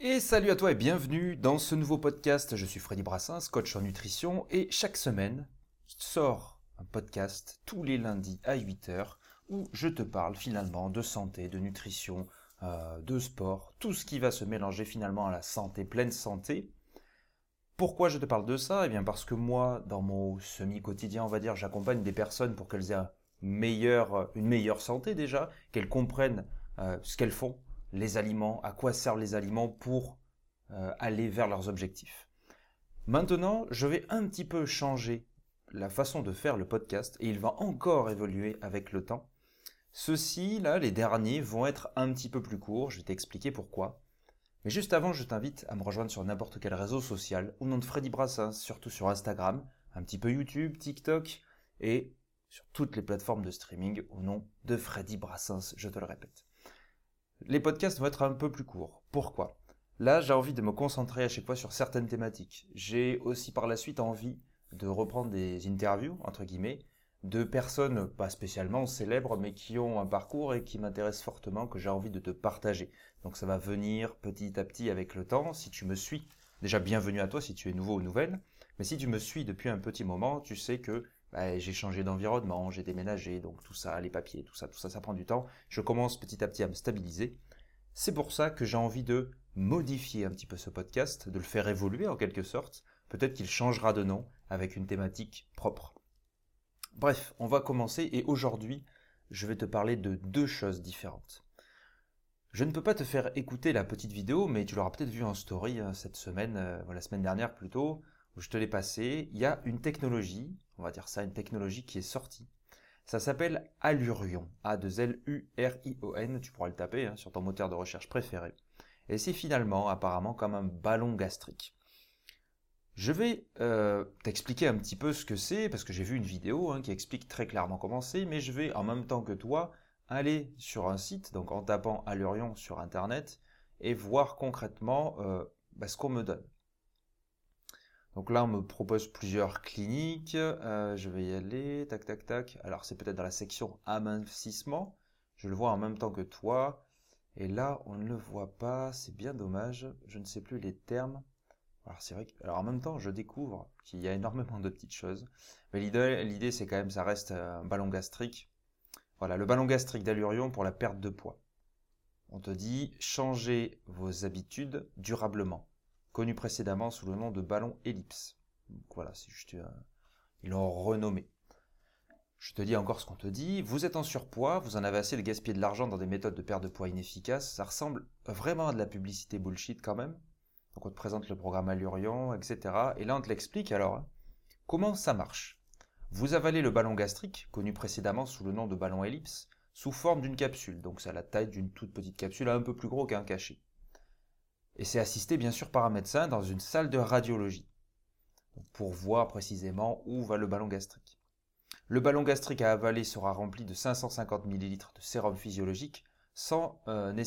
Et salut à toi et bienvenue dans ce nouveau podcast. Je suis Freddy Brassens, coach en nutrition et chaque semaine, je sors un podcast tous les lundis à 8 heures où je te parle finalement de santé, de nutrition, de sport, tout ce qui va se mélanger finalement à la santé, pleine santé. Pourquoi je te parle de ça? Eh bien parce que moi, dans mon semi-quotidien, on va dire, j'accompagne des personnes pour qu'elles aient une meilleure santé déjà, qu'elles comprennent ce qu'elles font, les aliments, à quoi servent les aliments pour aller vers leurs objectifs. Maintenant, je vais un petit peu changer la façon de faire le podcast et il va encore évoluer avec le temps. Ceux-ci, là, les derniers, vont être un petit peu plus courts, je vais t'expliquer pourquoi. Mais juste avant, je t'invite à me rejoindre sur n'importe quel réseau social au nom de Freddy Brassens, surtout sur Instagram, un petit peu YouTube, TikTok et sur toutes les plateformes de streaming au nom de Freddy Brassens, je te le répète. Les podcasts vont être un peu plus courts. Pourquoi? Là, j'ai envie de me concentrer à chaque fois sur certaines thématiques. J'ai aussi par la suite envie de reprendre des interviews, entre guillemets, de personnes pas spécialement célèbres, mais qui ont un parcours et qui m'intéressent fortement, que j'ai envie de te partager. Donc ça va venir petit à petit avec le temps. Si tu me suis, déjà bienvenue à toi si tu es nouveau ou nouvelle, mais si tu me suis depuis un petit moment, tu sais que j'ai changé d'environnement, j'ai déménagé, donc tout ça, les papiers, tout ça, ça prend du temps. Je commence petit à petit à me stabiliser. C'est pour ça que j'ai envie de modifier un petit peu ce podcast, de le faire évoluer en quelque sorte. Peut-être qu'il changera de nom avec une thématique propre. Bref, on va commencer et aujourd'hui, je vais te parler de deux choses différentes. Je ne peux pas te faire écouter la petite vidéo, mais tu l'auras peut-être vu en story cette semaine, la semaine dernière plutôt, où je te l'ai passé. Il y a une technologie, on va dire ça, une technologie qui est sortie. Ça s'appelle Allurion, A2L-U-R-I-O-N, tu pourras le taper sur ton moteur de recherche préféré. Et c'est finalement, apparemment, comme un ballon gastrique. Je vais t'expliquer un petit peu ce que c'est, parce que j'ai vu une vidéo qui explique très clairement comment c'est, mais je vais en même temps que toi aller sur un site, donc en tapant Allurion sur Internet, et voir concrètement ce qu'on me donne. Donc là, on me propose plusieurs cliniques, je vais y aller, tac tac tac. Alors c'est peut-être dans la section amincissement, je le vois en même temps que toi, et là on ne le voit pas, c'est bien dommage, je ne sais plus les termes. Alors c'est vrai que, alors en même temps, je découvre qu'il y a énormément de petites choses. Mais l'idée c'est quand même, ça reste un ballon gastrique. Voilà, le ballon gastrique d'Allurion pour la perte de poids. On te dit, changez vos habitudes durablement. Connu précédemment sous le nom de ballon ellipse. Donc voilà, c'est juste, ils l'ont renommé. Je te dis encore ce qu'on te dit. Vous êtes en surpoids, vous en avez assez de gaspiller de l'argent dans des méthodes de perte de poids inefficaces. Ça ressemble vraiment à de la publicité bullshit quand même. Donc on te présente le programme Allurion, etc. Et là on te l'explique alors. Comment ça marche? Vous avalez le ballon gastrique, connu précédemment sous le nom de ballon ellipse, sous forme d'une capsule. Donc c'est à la taille d'une toute petite capsule, un peu plus gros qu'un cachet. Et c'est assisté bien sûr par un médecin dans une salle de radiologie, pour voir précisément où va le ballon gastrique. Le ballon gastrique à avaler sera rempli de 550 ml de sérum physiologique sans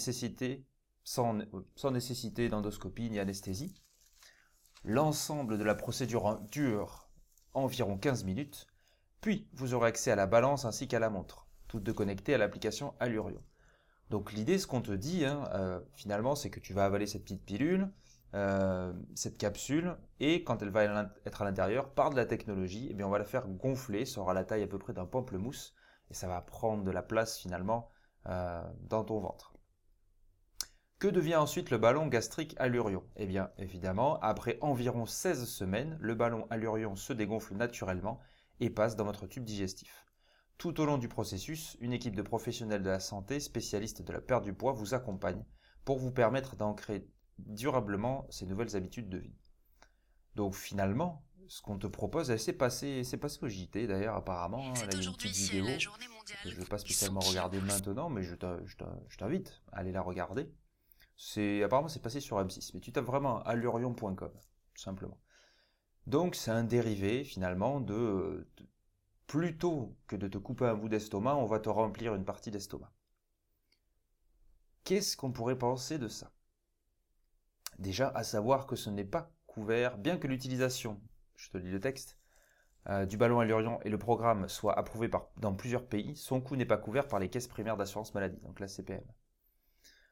nécessité d'endoscopie ni anesthésie. L'ensemble de la procédure dure environ 15 minutes, puis vous aurez accès à la balance ainsi qu'à la montre, toutes deux connectées à l'application Allurion. Donc l'idée, ce qu'on te dit, finalement, c'est que tu vas avaler cette petite pilule, cette capsule, et quand elle va être à l'intérieur, par de la technologie, on va la faire gonfler, ça aura la taille à peu près d'un pamplemousse, et ça va prendre de la place finalement dans ton ventre. Que devient ensuite le ballon gastrique Allurion? Eh bien, évidemment, après environ 16 semaines, le ballon Allurion se dégonfle naturellement et passe dans votre tube digestif. Tout au long du processus, une équipe de professionnels de la santé, spécialistes de la perte du poids, vous accompagne pour vous permettre d'ancrer durablement ces nouvelles habitudes de vie. Donc finalement, ce qu'on te propose, c'est passé au JT d'ailleurs apparemment. Là, il y a une petite vidéo que je ne vais pas spécialement regarder maintenant, mais je t'invite à aller la regarder. Apparemment c'est passé sur M6, mais tu tapes vraiment allurion.com, tout simplement. Donc c'est un dérivé finalement plutôt que de te couper un bout d'estomac, on va te remplir une partie d'estomac. Qu'est-ce qu'on pourrait penser de ça? Déjà à savoir que ce n'est pas couvert, bien que l'utilisation, je te lis le texte, du ballon Allurion et le programme soient approuvés dans plusieurs pays, son coût n'est pas couvert par les caisses primaires d'assurance maladie, donc la CPM.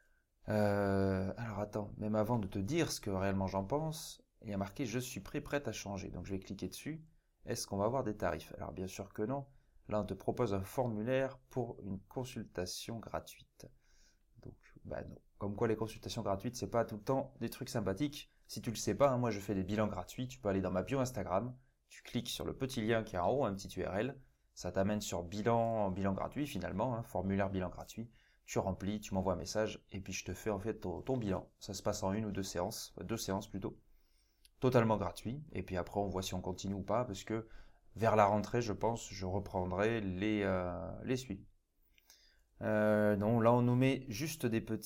Alors attends, même avant de te dire ce que réellement j'en pense, il y a marqué je suis prête à changer. Donc je vais cliquer dessus. Est-ce qu'on va avoir des tarifs? Alors bien sûr que non. Là on te propose un formulaire pour une consultation gratuite. Donc bah non. Comme quoi les consultations gratuites, c'est pas tout le temps des trucs sympathiques. Si tu le sais pas, hein, moi je fais des bilans gratuits. Tu peux aller dans ma bio Instagram, tu cliques sur le petit lien qui est en haut, un petit URL, ça t'amène sur bilan gratuit finalement, hein, formulaire bilan gratuit. Tu remplis, tu m'envoies un message et puis je te fais en fait ton bilan. Ça se passe en une ou deux séances, deux séances plutôt, totalement gratuit. Et puis après on voit si on continue ou pas parce que vers la rentrée, je pense, je reprendrai les suivis. Non, là on nous met juste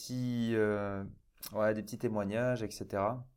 des petits témoignages, etc.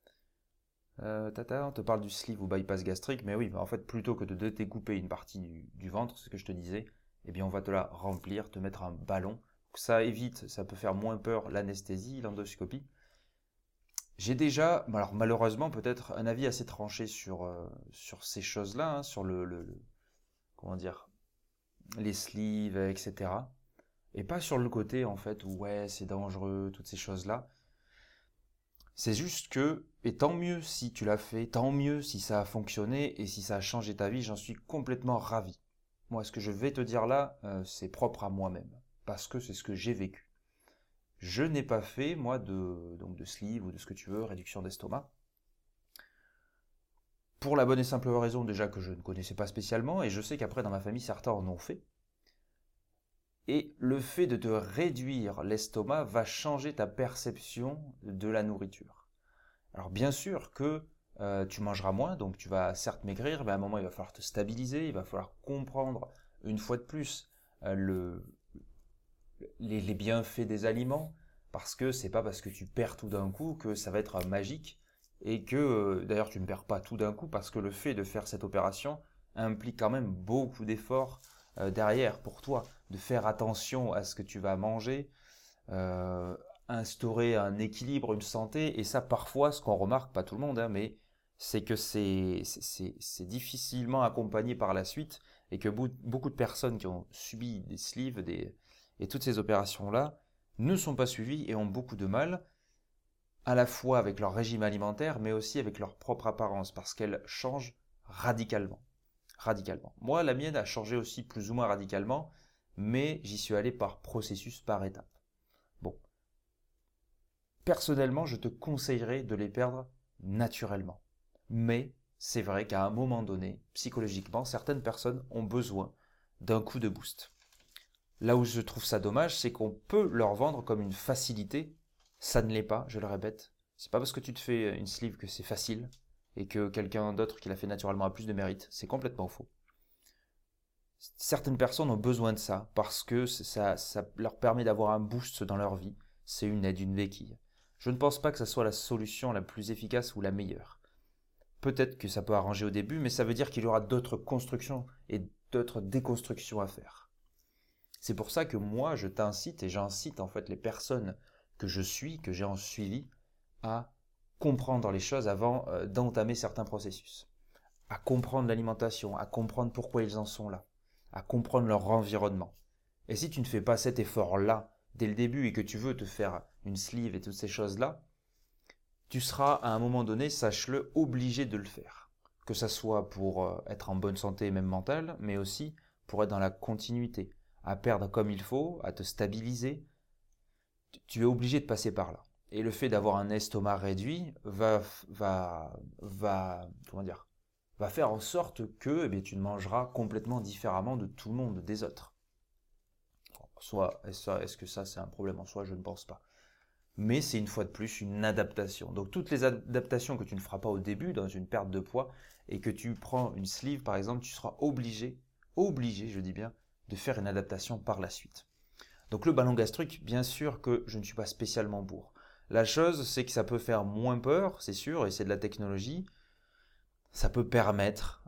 On te parle du sleeve ou bypass gastrique, mais oui, bah, en fait, plutôt que de découper une partie du ventre, ce que je te disais, eh bien, on va te la remplir, te mettre un ballon. Ça évite, ça peut faire moins peur l'anesthésie, l'endoscopie. J'ai déjà, alors malheureusement, peut-être un avis assez tranché sur ces choses-là, hein, sur comment dire, les sleeves, etc. Et pas sur le côté, en fait, où ouais, c'est dangereux, toutes ces choses-là. C'est juste que, et tant mieux si tu l'as fait, tant mieux si ça a fonctionné et si ça a changé ta vie, j'en suis complètement ravi. Moi, ce que je vais te dire là, c'est propre à moi-même, parce que c'est ce que j'ai vécu. Je n'ai pas fait, moi, de sleeve ou de ce que tu veux, réduction d'estomac, pour la bonne et simple raison déjà que je ne connaissais pas spécialement, et je sais qu'après dans ma famille, certains en ont fait. Et le fait de te réduire l'estomac va changer ta perception de la nourriture. Alors bien sûr que tu mangeras moins, donc tu vas certes maigrir, mais à un moment il va falloir te stabiliser, il va falloir comprendre une fois de plus les bienfaits des aliments, parce que c'est pas parce que tu perds tout d'un coup que ça va être magique, et que d'ailleurs tu ne perds pas tout d'un coup, parce que le fait de faire cette opération implique quand même beaucoup d'efforts derrière pour toi, de faire attention à ce que tu vas manger, euh, instaurer un équilibre, une santé. Et ça, parfois, ce qu'on remarque, pas tout le monde, hein, mais c'est que c'est difficilement accompagné par la suite et que beaucoup de personnes qui ont subi des sleeves et toutes ces opérations-là ne sont pas suivies et ont beaucoup de mal à la fois avec leur régime alimentaire, mais aussi avec leur propre apparence, parce qu'elle change radicalement. Radicalement. Moi, la mienne a changé aussi plus ou moins radicalement, mais j'y suis allé par processus, par étapes. Bon, personnellement, je te conseillerais de les perdre naturellement. Mais c'est vrai qu'à un moment donné, psychologiquement, certaines personnes ont besoin d'un coup de boost. Là où je trouve ça dommage, c'est qu'on peut leur vendre comme une facilité. Ça ne l'est pas, je le répète. C'est pas parce que tu te fais une sleeve que c'est facile et que quelqu'un d'autre qui l'a fait naturellement a plus de mérite. C'est complètement faux. Certaines personnes ont besoin de ça parce que ça leur permet d'avoir un boost dans leur vie. C'est une aide, une béquille. Je ne pense pas que ça soit la solution la plus efficace ou la meilleure. Peut-être que ça peut arranger au début, mais ça veut dire qu'il y aura d'autres constructions et d'autres déconstructions à faire. C'est pour ça que moi, je t'incite et j'incite en fait les personnes que je suis, que j'ai en suivi, à comprendre les choses avant d'entamer certains processus, à comprendre l'alimentation, à comprendre pourquoi ils en sont là, à comprendre leur environnement. Et si tu ne fais pas cet effort-là dès le début et que tu veux te faire une sleeve et toutes ces choses-là, tu seras à un moment donné, sache-le, obligé de le faire. Que ça soit pour être en bonne santé, même mentale, mais aussi pour être dans la continuité, à perdre comme il faut, à te stabiliser. Tu es obligé de passer par là. Et le fait d'avoir un estomac réduit comment dire, va faire en sorte que eh bien, tu ne mangeras complètement différemment de tout le monde, des autres. Soit, est-ce que ça c'est un problème en soi? Je ne pense pas. Mais c'est une fois de plus une adaptation. Donc toutes les adaptations que tu ne feras pas au début dans une perte de poids et que tu prends une sleeve par exemple, tu seras obligé, je dis bien, de faire une adaptation par la suite. Donc le ballon gastrique, bien sûr que je ne suis pas spécialement pour. La chose, c'est que ça peut faire moins peur, c'est sûr, et c'est de la technologie. Ça peut permettre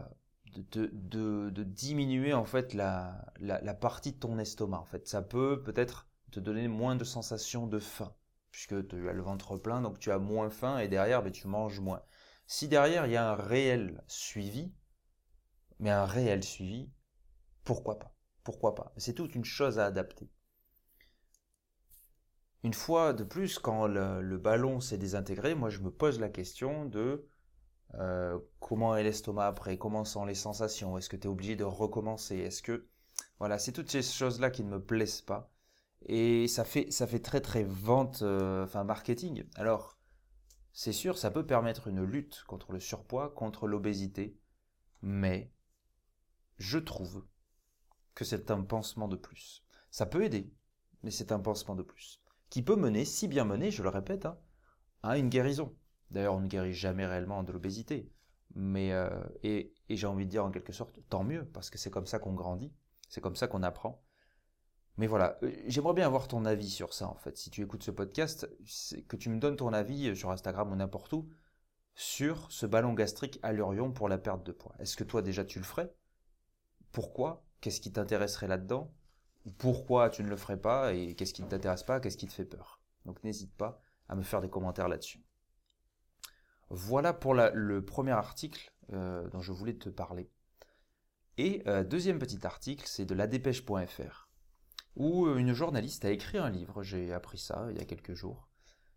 de diminuer en fait la partie de ton estomac. En fait, ça peut peut-être te donner moins de sensation de faim, puisque tu as le ventre plein, donc tu as moins faim et derrière, ben, tu manges moins. Si derrière il y a un réel suivi, mais un réel suivi, pourquoi pas? Pourquoi pas? C'est toute une chose à adapter. une fois de plus, quand le ballon s'est désintégré, moi je me pose la question de comment est l'estomac après, comment sont les sensations, est-ce que tu es obligé de recommencer, est-ce que... Voilà, c'est toutes ces choses-là qui ne me plaisent pas. Et ça fait très très vente, enfin marketing. Alors, c'est sûr, ça peut permettre une lutte contre le surpoids, contre l'obésité, mais je trouve que c'est un pansement de plus. Ça peut aider, mais c'est un pansement de plus. Qui peut mener, si bien mené, je le répète, hein, à une guérison. D'ailleurs, on ne guérit jamais réellement de l'obésité. Mais, et j'ai envie de dire en quelque sorte, tant mieux, parce que c'est comme ça qu'on grandit, c'est comme ça qu'on apprend. Mais voilà, j'aimerais bien avoir ton avis sur ça en fait. Si tu écoutes ce podcast, que tu me donnes ton avis sur Instagram ou n'importe où, sur ce ballon gastrique Allurion pour la perte de poids. Est-ce que toi déjà tu le ferais? Pourquoi? Qu'est-ce qui t'intéresserait là-dedans? Pourquoi tu ne le ferais pas? Et qu'est-ce qui ne t'intéresse pas? Qu'est-ce qui te fait peur? Donc n'hésite pas à me faire des commentaires là-dessus. Voilà pour le premier article dont je voulais te parler. Et deuxième petit article, c'est de ladépêche.fr, où une journaliste a écrit un livre. J'ai appris ça il y a quelques jours.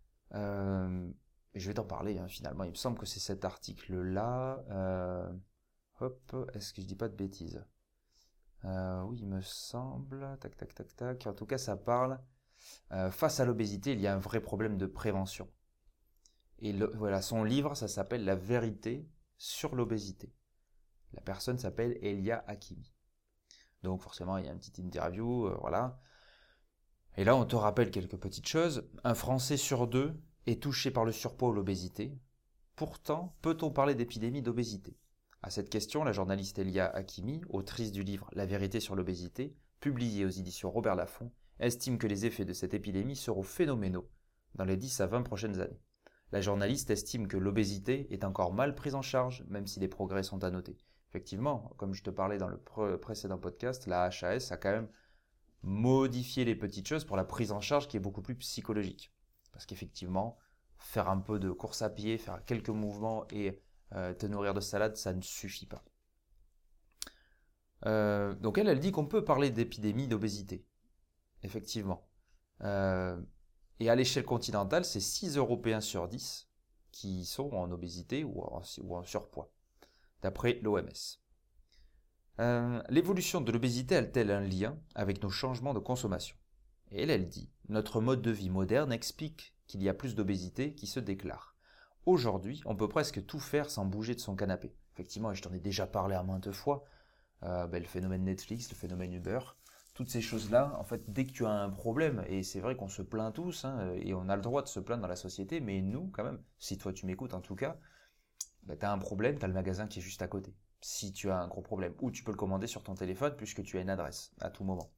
Et je vais t'en parler finalement. Il me semble que c'est cet article-là. Hop, est-ce que je dis pas de bêtises? Oui, il me semble. Tac, tac, tac, tac. En tout cas, ça parle. Face à l'obésité, il y a un vrai problème de prévention. Et voilà, son livre, ça s'appelle La vérité sur l'obésité. La personne s'appelle Elia Hakimi. Donc forcément, il y a une petite interview, voilà. Et là, on te rappelle quelques petites choses. Un Français sur deux est touché par le surpoids ou l'obésité. Pourtant, peut-on parler d'épidémie d'obésité? À cette question, la journaliste Elia Hakimi, autrice du livre La vérité sur l'obésité, publié aux éditions Robert Laffont, estime que les effets de cette épidémie seront phénoménaux dans les 10 à 20 prochaines années. La journaliste estime que l'obésité est encore mal prise en charge, même si des progrès sont à noter. Effectivement, comme je te parlais dans le précédent podcast, la HAS a quand même modifié les petites choses pour la prise en charge qui est beaucoup plus psychologique. Parce qu'effectivement, faire un peu de course à pied, faire quelques mouvements et te nourrir de salade, ça ne suffit pas. Donc elle dit qu'on peut parler d'épidémie d'obésité. Effectivement. Et à l'échelle continentale, c'est 6 Européens sur 10 qui sont en obésité ou en surpoids, d'après l'OMS. L'évolution de l'obésité a-t-elle un lien avec nos changements de consommation? Et elle dit, notre mode de vie moderne explique qu'il y a plus d'obésité qui se déclare. Aujourd'hui, on peut presque tout faire sans bouger de son canapé. Effectivement, et je t'en ai déjà parlé à maintes fois, le phénomène Netflix, le phénomène Uber, toutes ces choses-là, en fait, dès que tu as un problème, et c'est vrai qu'on se plaint tous, et on a le droit de se plaindre dans la société, mais nous, quand même, si toi tu m'écoutes en tout cas, tu as un problème, tu as le magasin qui est juste à côté. Si tu as un gros problème, ou tu peux le commander sur ton téléphone puisque tu as une adresse à tout moment.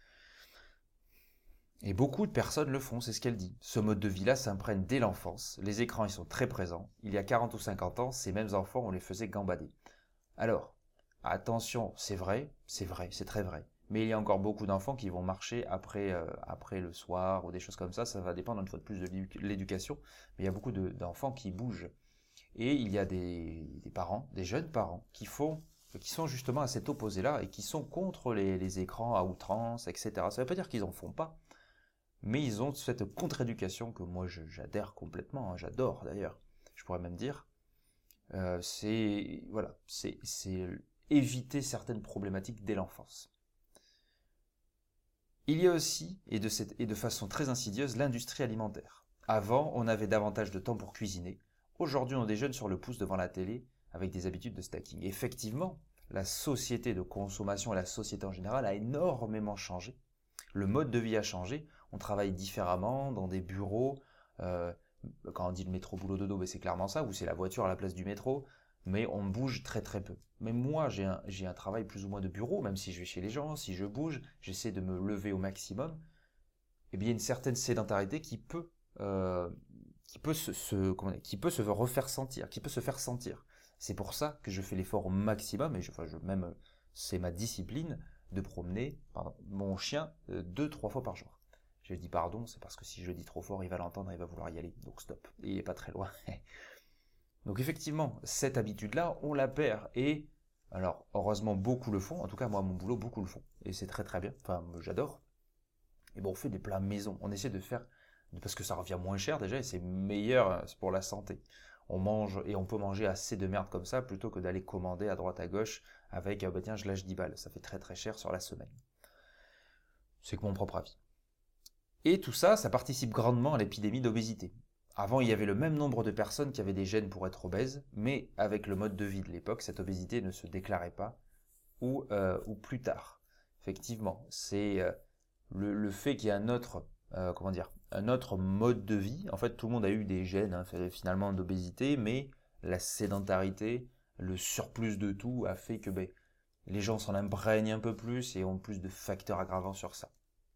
Et beaucoup de personnes le font, c'est ce qu'elle dit. Ce mode de vie-là s'imprègne dès l'enfance, les écrans ils sont très présents. Il y a 40 ou 50 ans, ces mêmes enfants, on les faisait gambader. Alors, attention, c'est vrai, c'est très vrai. Mais il y a encore beaucoup d'enfants qui vont marcher après le soir ou des choses comme ça. Ça va dépendre une fois de plus de l'éducation. Mais il y a beaucoup d'enfants qui bougent. Et il y a des parents, des jeunes parents, qui sont justement à cet opposé-là et qui sont contre les écrans à outrance, etc. Ça ne veut pas dire qu'ils en font pas, mais ils ont cette contre-éducation que moi j'adhère complètement, j'adore d'ailleurs. Je pourrais même dire, c'est éviter certaines problématiques dès l'enfance. Il y a aussi, et de façon très insidieuse, l'industrie alimentaire. Avant, on avait davantage de temps pour cuisiner. Aujourd'hui, on déjeune sur le pouce devant la télé avec des habitudes de stacking. Effectivement, la société de consommation et la société en général a énormément changé. Le mode de vie a changé. On travaille différemment dans des bureaux. Quand on dit le métro boulot dodo, c'est clairement ça, ou c'est la voiture à la place du métro. Mais on bouge très très peu. Mais moi, j'ai un travail plus ou moins de bureau, même si je vais chez les gens, si je bouge, j'essaie de me lever au maximum. Et bien, il y a une certaine sédentarité qui peut se refaire sentir, qui peut se faire sentir. C'est pour ça que je fais l'effort au maximum, et même c'est ma discipline, de promener mon chien 2-3 fois par jour. Je dis pardon, c'est parce que si je le dis trop fort, il va l'entendre et il va vouloir y aller, donc stop. Et il n'est pas très loin. Donc effectivement, cette habitude-là, on la perd. Et alors, heureusement, beaucoup le font. En tout cas, moi, mon boulot, beaucoup le font. Et c'est très très bien. Enfin, j'adore. Et bon, on fait des plats maison. On essaie de faire parce que ça revient moins cher déjà et c'est meilleur pour la santé. On mange et on peut manger assez de merde comme ça plutôt que d'aller commander à droite à gauche avec tiens je lâche 10 balles, ça fait très très cher sur la semaine. C'est que mon propre avis. Et tout ça, ça participe grandement à l'épidémie d'obésité. Avant, il y avait le même nombre de personnes qui avaient des gènes pour être obèses, mais avec le mode de vie de l'époque, cette obésité ne se déclarait pas, ou plus tard. Effectivement, c'est le fait qu'il y ait un autre mode de vie. En fait, tout le monde a eu des gènes finalement d'obésité, mais la sédentarité, le surplus de tout a fait que les gens s'en imprègnent un peu plus et ont plus de facteurs aggravants sur ça.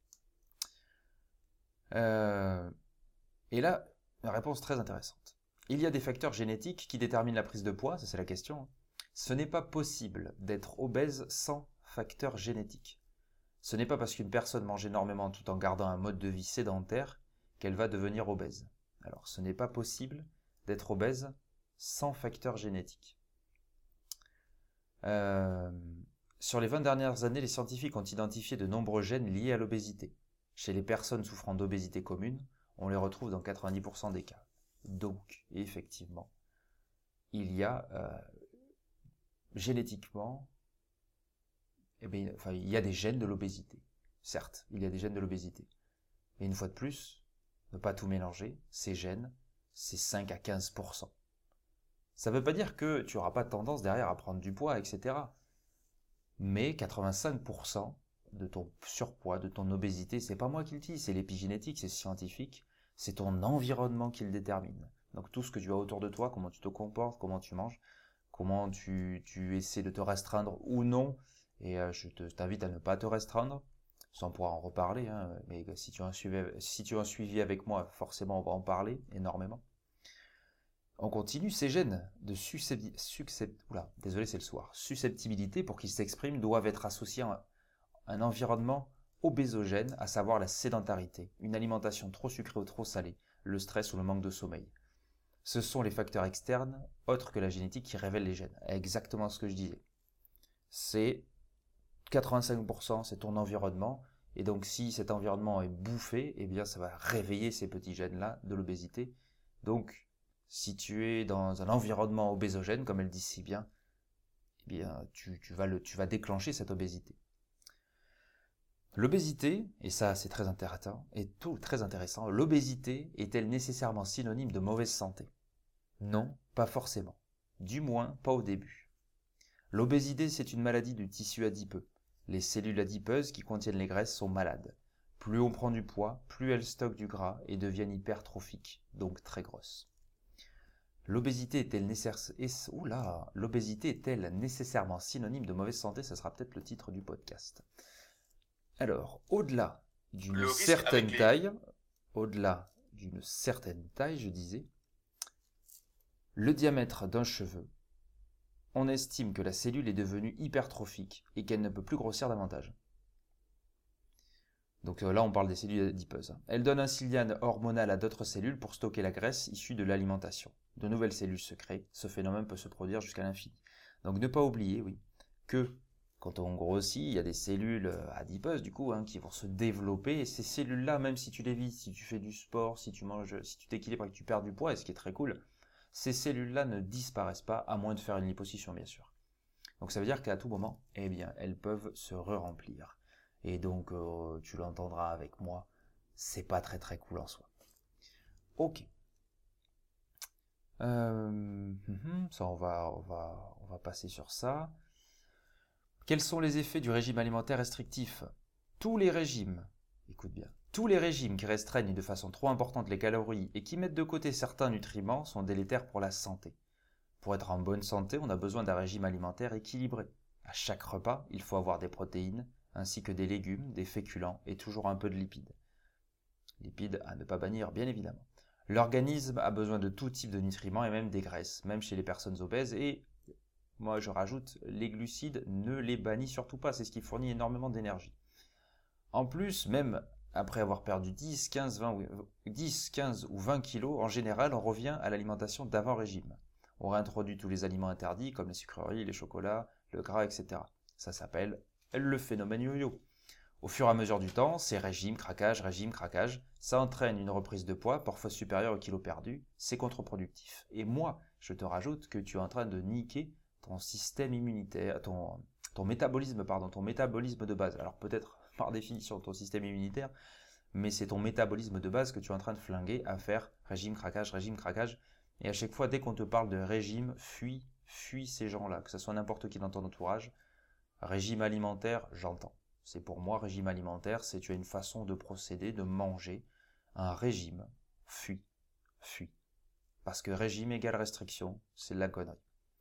Et là, une réponse très intéressante. Il y a des facteurs génétiques qui déterminent la prise de poids, ça c'est la question. Ce n'est pas possible d'être obèse sans facteurs génétiques. Ce n'est pas parce qu'une personne mange énormément tout en gardant un mode de vie sédentaire qu'elle va devenir obèse. Alors, ce n'est pas possible d'être obèse sans facteurs génétiques. Sur les 20 dernières années, les scientifiques ont identifié de nombreux gènes liés à l'obésité. Chez les personnes souffrant d'obésité commune, on les retrouve dans 90% des cas. Donc, effectivement, il y a génétiquement, il y a des gènes de l'obésité. Certes, il y a des gènes de l'obésité. Mais une fois de plus, ne pas tout mélanger, ces gènes, c'est 5 à 15%. Ça ne veut pas dire que tu n'auras pas de tendance derrière à prendre du poids, etc. Mais 85% de ton surpoids, de ton obésité, c'est pas moi qui le dis, c'est l'épigénétique, c'est scientifique, c'est ton environnement qui le détermine. Donc tout ce que tu as autour de toi, comment tu te comportes, comment tu manges, comment tu essaies de te restreindre ou non, et je t'invite à ne pas te restreindre, ça on pourra en reparler, hein, mais si tu as un suivi avec moi, forcément on va en parler énormément. On continue, ces gènes de susceptibilité pour qu'ils s'expriment doivent être associés à un environnement obésogène, à savoir la sédentarité, une alimentation trop sucrée ou trop salée, le stress ou le manque de sommeil. Ce sont les facteurs externes, autres que la génétique, qui révèlent les gènes. Exactement ce que je disais. C'est 85%, c'est ton environnement, et donc si cet environnement est bouffé, eh bien ça va réveiller ces petits gènes-là de l'obésité. Donc, si tu es dans un environnement obésogène, comme elle dit si bien, eh bien tu vas déclencher cette obésité. L'obésité, et ça c'est très intéressant, l'obésité est-elle nécessairement synonyme de mauvaise santé? Non, pas forcément. Du moins, pas au début. L'obésité, c'est une maladie du tissu adipeux. Les cellules adipeuses qui contiennent les graisses sont malades. Plus on prend du poids, plus elles stockent du gras et deviennent hypertrophiques, donc très grosses. L'obésité est-elle nécessairement synonyme de mauvaise santé? Ce sera peut-être le titre du podcast. Alors, au-delà d'une certaine taille, je disais, le diamètre d'un cheveu, on estime que la cellule est devenue hypertrophique et qu'elle ne peut plus grossir davantage. Donc là, on parle des cellules adipeuses. Elle donne un signal hormonal à d'autres cellules pour stocker la graisse issue de l'alimentation. De nouvelles cellules se créent. Ce phénomène peut se produire jusqu'à l'infini. Donc ne pas oublier, que quand on grossit, il y a des cellules adipeuses qui vont se développer. Et ces cellules-là, même si tu les vises, si tu fais du sport, si tu manges, si tu t'équilibres et que tu perds du poids, et ce qui est très cool, ces cellules-là ne disparaissent pas, à moins de faire une liposuction, bien sûr. Donc ça veut dire qu'à tout moment, elles peuvent se re-remplir. Et donc, tu l'entendras avec moi, c'est pas très très cool en soi. Ok. Ça, on va passer sur ça. Quels sont les effets du régime alimentaire restrictif? Tous les régimes, écoute bien, tous les régimes qui restreignent de façon trop importante les calories et qui mettent de côté certains nutriments sont délétères pour la santé. Pour être en bonne santé, on a besoin d'un régime alimentaire équilibré. À chaque repas, il faut avoir des protéines, ainsi que des légumes, des féculents et toujours un peu de lipides. Lipides à ne pas bannir, bien évidemment. L'organisme a besoin de tout type de nutriments et même des graisses, même chez les personnes obèses. Et moi, je rajoute, les glucides, ne les bannit surtout pas, c'est ce qui fournit énormément d'énergie. En plus, même après avoir perdu 10, 15 ou 20 kilos, en général, on revient à l'alimentation d'avant-régime. On réintroduit tous les aliments interdits, comme les sucreries, les chocolats, le gras, etc. Ça s'appelle le phénomène yo-yo. Au fur et à mesure du temps, c'est régime, craquage, ça entraîne une reprise de poids, parfois supérieure au kilo perdu, c'est contre-productif. Et moi, je te rajoute que tu es en train de niquer ton système immunitaire, ton métabolisme de base. Alors peut-être par définition ton système immunitaire, mais c'est ton métabolisme de base que tu es en train de flinguer à faire régime, craquage. Et à chaque fois, dès qu'on te parle de régime, fuis ces gens-là, que ce soit n'importe qui dans ton entourage. Régime alimentaire, j'entends. C'est pour moi, régime alimentaire, c'est tu as une façon de procéder, de manger. Un régime, fuis. Parce que régime égale restriction, c'est de la connerie.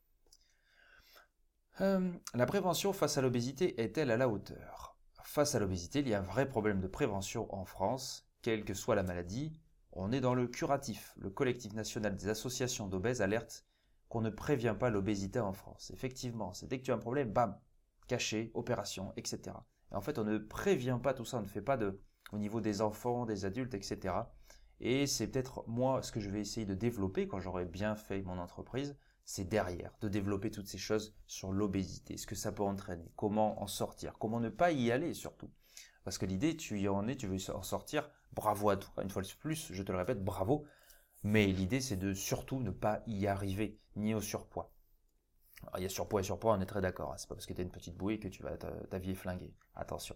La prévention face à l'obésité est-elle à la hauteur? Face à l'obésité, il y a un vrai problème de prévention en France, quelle que soit la maladie. On est dans le curatif. Le collectif national des associations d'obèses alerte qu'on ne prévient pas l'obésité en France. Effectivement, c'est dès que tu as un problème, bam, caché, opération, etc. Et en fait, on ne prévient pas tout ça, on ne fait pas au niveau des enfants, des adultes, etc. Et c'est peut-être moi ce que je vais essayer de développer quand j'aurai bien fait mon entreprise, c'est derrière, de développer toutes ces choses sur l'obésité, ce que ça peut entraîner, comment en sortir, comment ne pas y aller surtout. Parce que l'idée, tu y en es, tu veux en sortir, bravo à toi. Une fois de plus, je te le répète, bravo. Mais l'idée, c'est de surtout ne pas y arriver, ni au surpoids. Alors, il y a surpoids et surpoids, on est très d'accord. C'est pas parce que tu es une petite bouée que ta vie est flinguée. Attention.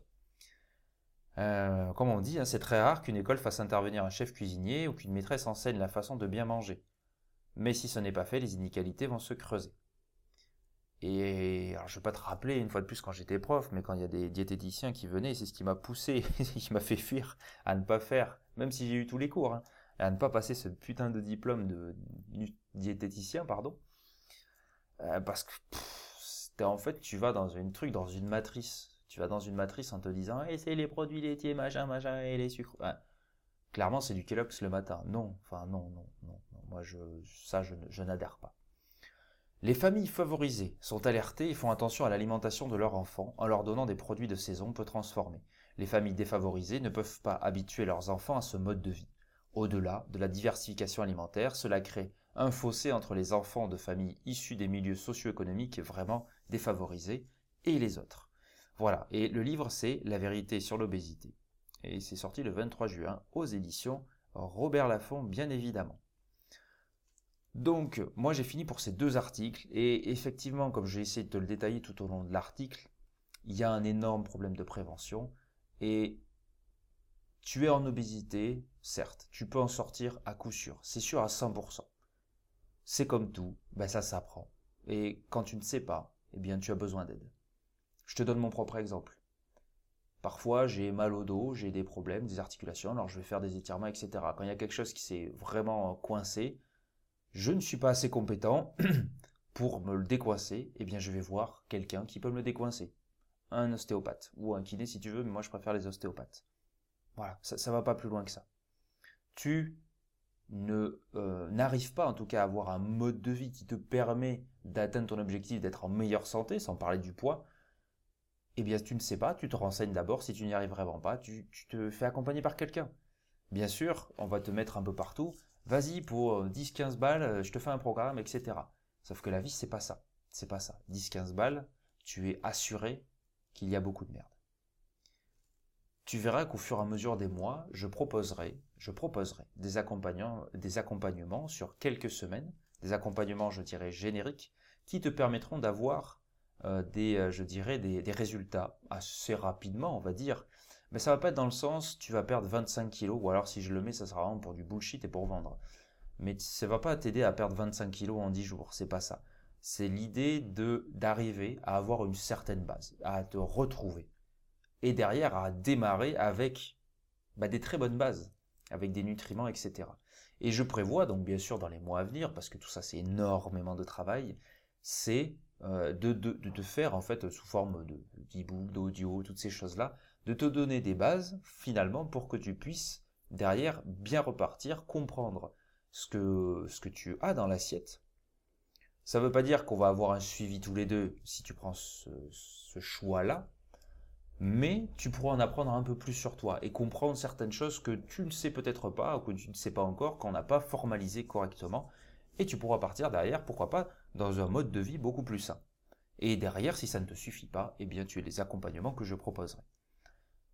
Comme on dit, c'est très rare qu'une école fasse intervenir un chef cuisinier ou qu'une maîtresse enseigne la façon de bien manger. Mais si ce n'est pas fait, les inégalités vont se creuser. Et alors, je ne vais pas te rappeler une fois de plus quand j'étais prof, mais quand il y a des diététiciens qui venaient, c'est ce qui m'a poussé, qui m'a fait fuir à ne pas faire, même si j'ai eu tous les cours, à ne pas passer ce putain de diplôme de diététicien, pardon. Parce que en fait, tu vas dans une matrice. Tu vas dans une matrice en te disant, c'est les produits laitiers, machin, et les sucres. Clairement, c'est du Kellogg's le matin. Non. Moi, je n'adhère pas. Les familles favorisées sont alertées et font attention à l'alimentation de leurs enfants en leur donnant des produits de saison peu transformés. Les familles défavorisées ne peuvent pas habituer leurs enfants à ce mode de vie. Au-delà de la diversification alimentaire, cela crée un fossé entre les enfants de familles issues des milieux socio-économiques vraiment défavorisés et les autres. Voilà, et le livre c'est La vérité sur l'obésité. Et c'est sorti le 23 juin aux éditions Robert Laffont, bien évidemment. Donc, moi j'ai fini pour ces deux articles, et effectivement, comme j'ai essayé de te le détailler tout au long de l'article, il y a un énorme problème de prévention, et tu es en obésité, certes, tu peux en sortir à coup sûr, c'est sûr à 100%. C'est comme tout, ça s'apprend, et quand tu ne sais pas, eh bien tu as besoin d'aide. Je te donne mon propre exemple. Parfois, j'ai mal au dos, j'ai des problèmes, des articulations, alors je vais faire des étirements, etc. Quand il y a quelque chose qui s'est vraiment coincé, je ne suis pas assez compétent pour me le décoincer, eh bien je vais voir quelqu'un qui peut me le décoincer. Un ostéopathe, ou un kiné si tu veux, mais moi je préfère les ostéopathes. Voilà, ça va pas plus loin que ça. Tu n'arrives pas en tout cas à avoir un mode de vie qui te permet d'atteindre ton objectif, d'être en meilleure santé, sans parler du poids, eh bien tu ne sais pas, tu te renseignes d'abord, si tu n'y arrives vraiment pas, tu te fais accompagner par quelqu'un. Bien sûr, on va te mettre un peu partout, vas-y pour 10-15 balles, je te fais un programme, etc. Sauf que la vie, c'est pas ça. 10-15 balles, tu es assuré qu'il y a beaucoup de merde. Tu verras qu'au fur et à mesure des mois, je proposerai des accompagnements sur quelques semaines, des accompagnements, je dirais, génériques, qui te permettront d'avoir des résultats assez rapidement, on va dire. Mais ça va pas être dans le sens, tu vas perdre 25 kilos, ou alors si je le mets, ça sera vraiment pour du bullshit et pour vendre. Mais ça va pas t'aider à perdre 25 kilos en 10 jours, c'est pas ça. C'est l'idée d'arriver à avoir une certaine base, à te retrouver. Et derrière, à démarrer avec des très bonnes bases, avec des nutriments, etc. Et je prévois, donc bien sûr dans les mois à venir, parce que tout ça c'est énormément de travail, c'est de te faire en fait sous forme d'e-book, d'audio, toutes ces choses-là, de te donner des bases finalement pour que tu puisses derrière bien repartir, comprendre ce que tu as dans l'assiette. Ça ne veut pas dire qu'on va avoir un suivi tous les deux si tu prends ce choix-là, mais tu pourras en apprendre un peu plus sur toi et comprendre certaines choses que tu ne sais peut-être pas ou que tu ne sais pas encore, qu'on n'a pas formalisé correctement, et tu pourras partir derrière, pourquoi pas, dans un mode de vie beaucoup plus sain. Et derrière, si ça ne te suffit pas, eh bien tu as les accompagnements que je proposerai.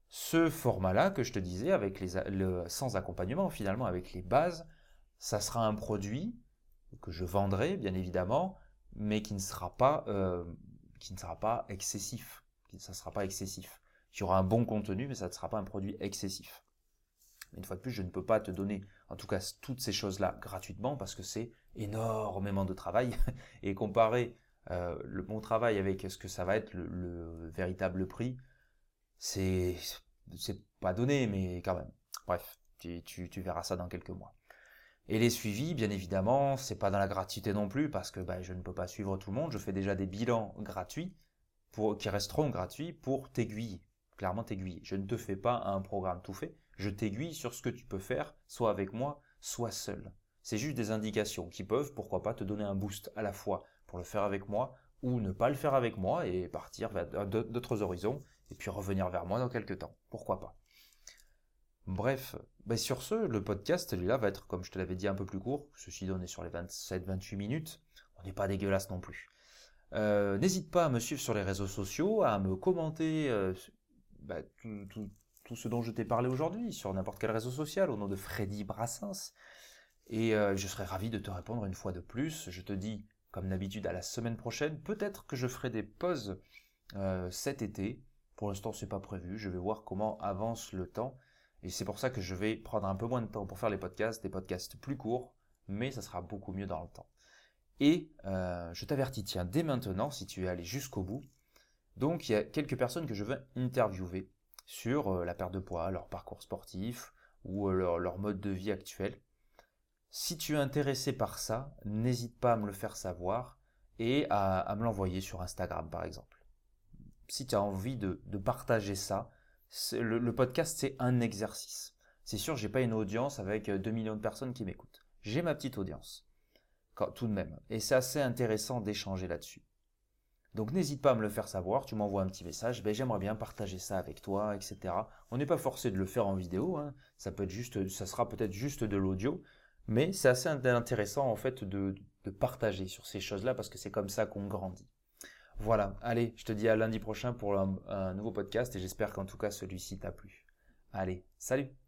Ce format-là que je te disais, avec sans accompagnement finalement, avec les bases, ça sera un produit que je vendrai bien évidemment, mais qui ne sera pas excessif. Ça ne sera pas excessif. Il y aura un bon contenu, mais ça ne sera pas un produit excessif. Une fois de plus, je ne peux pas te donner, en tout cas, toutes ces choses-là gratuitement parce que c'est énormément de travail. Et comparer mon travail avec ce que ça va être le véritable prix, c'est pas donné, mais quand même. Bref, tu verras ça dans quelques mois. Et les suivis, bien évidemment, c'est pas dans la gratuité non plus parce que je ne peux pas suivre tout le monde. Je fais déjà des bilans gratuits qui resteront gratuits pour t'aiguiller, clairement t'aiguiller. Je ne te fais pas un programme tout fait. Je t'aiguille sur ce que tu peux faire, soit avec moi, soit seul. C'est juste des indications qui peuvent, pourquoi pas, te donner un boost à la fois pour le faire avec moi ou ne pas le faire avec moi et partir vers d'autres horizons et puis revenir vers moi dans quelques temps. Pourquoi pas. Bref, sur ce, le podcast, celui-là, va être, comme je te l'avais dit, un peu plus court. Ceci dit, on est sur les 27-28 minutes. On n'est pas dégueulasse non plus. N'hésite pas à me suivre sur les réseaux sociaux, à me commenter tout ce dont je t'ai parlé aujourd'hui sur n'importe quel réseau social au nom de Freddy Brassens. Et je serai ravi de te répondre une fois de plus. Je te dis, comme d'habitude, à la semaine prochaine. Peut-être que je ferai des pauses cet été. Pour l'instant, c'est pas prévu. Je vais voir comment avance le temps. Et c'est pour ça que je vais prendre un peu moins de temps pour faire les podcasts, des podcasts plus courts, mais ça sera beaucoup mieux dans le temps. Et je t'avertis, tiens, dès maintenant, si tu es allé jusqu'au bout, donc il y a quelques personnes que je veux interviewer sur la perte de poids, leur parcours sportif ou leur mode de vie actuel. Si tu es intéressé par ça, n'hésite pas à me le faire savoir et à me l'envoyer sur Instagram par exemple. Si tu as envie de partager ça, le podcast c'est un exercice. C'est sûr, j'ai pas une audience avec 2 millions de personnes qui m'écoutent. J'ai ma petite audience, tout de même. Et c'est assez intéressant d'échanger là-dessus. Donc n'hésite pas à me le faire savoir, tu m'envoies un petit message, j'aimerais bien partager ça avec toi, etc. On n'est pas forcé de le faire en vidéo, hein. Ça sera peut-être juste de l'audio, mais c'est assez intéressant en fait de partager sur ces choses-là parce que c'est comme ça qu'on grandit. Voilà, allez, je te dis à lundi prochain pour un nouveau podcast et j'espère qu'en tout cas celui-ci t'a plu. Allez, salut!